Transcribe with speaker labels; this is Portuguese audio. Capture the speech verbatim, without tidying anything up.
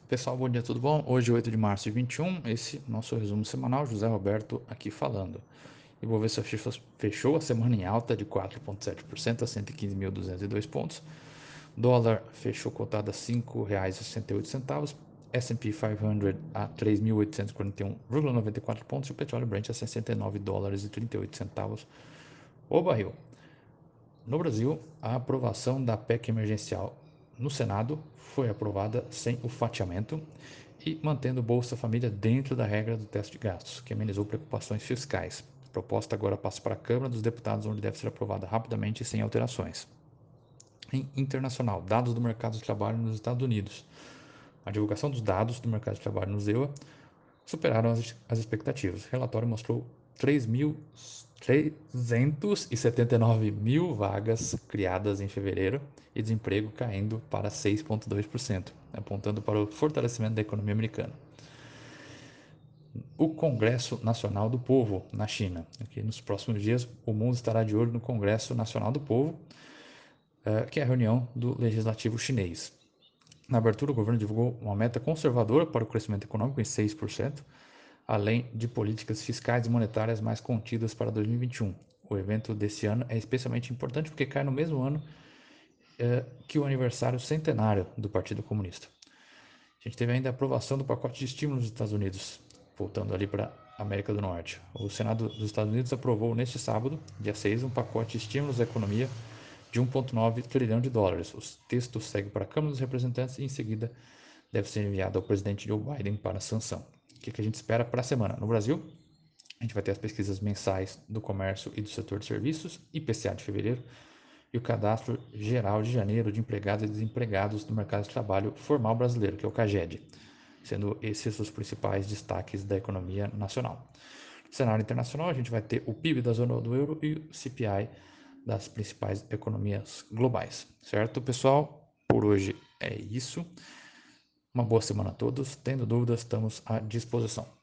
Speaker 1: Pessoal, bom dia, tudo bom? Hoje, oito de março de vinte e um, esse é o nosso resumo semanal, José Roberto aqui falando. Ibovespa fechou fechou a semana em alta de quatro vírgula sete por cento a cento e quinze mil duzentos e dois pontos. Dólar fechou cotado a cinco reais e sessenta e oito centavos. S e P quinhentos a três mil oitocentos e quarenta e um vírgula noventa e quatro pontos e o petróleo Brent a sessenta e nove dólares e trinta e oito centavos o barril. No Brasil, a aprovação da P E C emergencial no Senado foi aprovada sem o fatiamento e mantendo o Bolsa Família dentro da regra do teto de gastos, que amenizou preocupações fiscais. A proposta agora passa para a Câmara dos Deputados, onde deve ser aprovada rapidamente e sem alterações. Em internacional, dados do mercado de trabalho nos Estados Unidos. A divulgação dos dados do mercado de trabalho no Z E U A superaram as, as expectativas. O relatório mostrou três mil trezentos e setenta e nove mil vagas criadas em fevereiro e desemprego caindo para seis vírgula dois por cento, apontando para o fortalecimento da economia americana. O Congresso Nacional do Povo na China. Aqui nos próximos dias, o mundo estará de olho no Congresso Nacional do Povo, que é a reunião do Legislativo chinês. Na abertura, o governo divulgou uma meta conservadora para o crescimento econômico em seis por cento, além de políticas fiscais e monetárias mais contidas para dois mil e vinte e um. O evento desse ano é especialmente importante porque cai no mesmo ano eh, que o aniversário centenário do Partido Comunista. A gente teve ainda a aprovação do pacote de estímulos dos Estados Unidos, voltando ali para a América do Norte. O Senado dos Estados Unidos aprovou neste sábado, dia seis, um pacote de estímulos à economia de um vírgula nove trilhão de dólares. O texto segue para a Câmara dos Representantes e em seguida deve ser enviado ao presidente Joe Biden para sanção. O que a gente espera para a semana? No Brasil, a gente vai ter as pesquisas mensais do comércio e do setor de serviços, I P C A de fevereiro, e o Cadastro Geral de Janeiro de Empregados e Desempregados do Mercado de Trabalho Formal Brasileiro, que é o CAGED, sendo esses os principais destaques da economia nacional. No cenário internacional, a gente vai ter o P I B da zona do euro e o C P I das principais economias globais. Certo, pessoal? Por hoje é isso. Uma boa semana a todos. Tendo dúvidas, estamos à disposição.